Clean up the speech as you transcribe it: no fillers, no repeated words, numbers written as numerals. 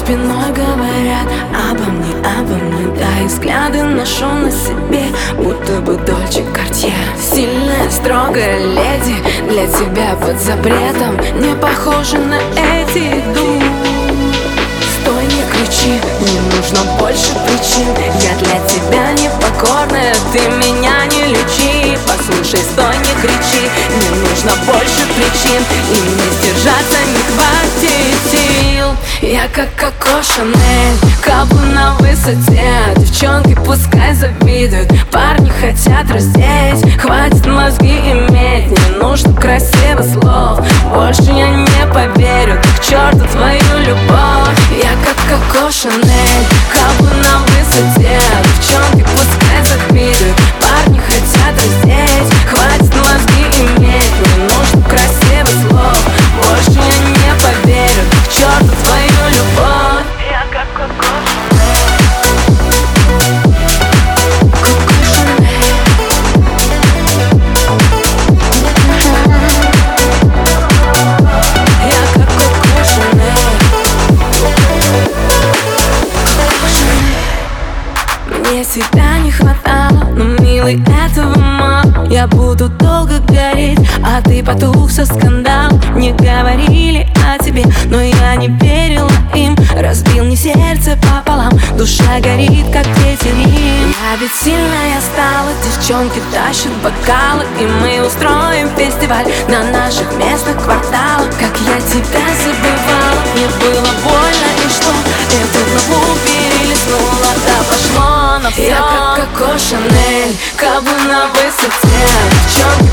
спиной говорят обо мне, да, и взгляды ношу на себе, будто бы Дольче Картье. Сильная, строгая леди, для тебя под запретом, не похожа на эти иду. Стой, не кричи, не нужно больше причин, я для тебя непокорная, ты меня не лечи. Послушай, стой, не кричи, не нужно больше причин, и мне сдержаться не хватит сил. Я как Коко Шанель, каблу на высоте, девчонки пускай завидуют, парни хотят раздеть. Хватит мозги иметь, не нужно красивых слов, больше я не поверю, ты к черту твою любовь. Я как Коко Шанель, каблу на высоте, девчонки пускай завидуют, парни хотят раздеть. Хватит мозги иметь, не нужно красивых слов, больше я не поверю, ты к черту твою любовь. Я как Коко Мне всегда не хватало, но, милый, этого мало. Я буду долго гореть, а ты потух со скандал. Не говорили о тебе, но я не верила им. Разбил мне сердце пополам, душа горит, как ветерин. Я ведь сильная стала, девчонки тащат бокалы, и мы устроим фестиваль на наших местных кварталах. Как я тебя забывала, мне было больно, и что? Эту главу перелистнула, да пошло на все. Я как Коко Шанель, каблу на высоте, девчонки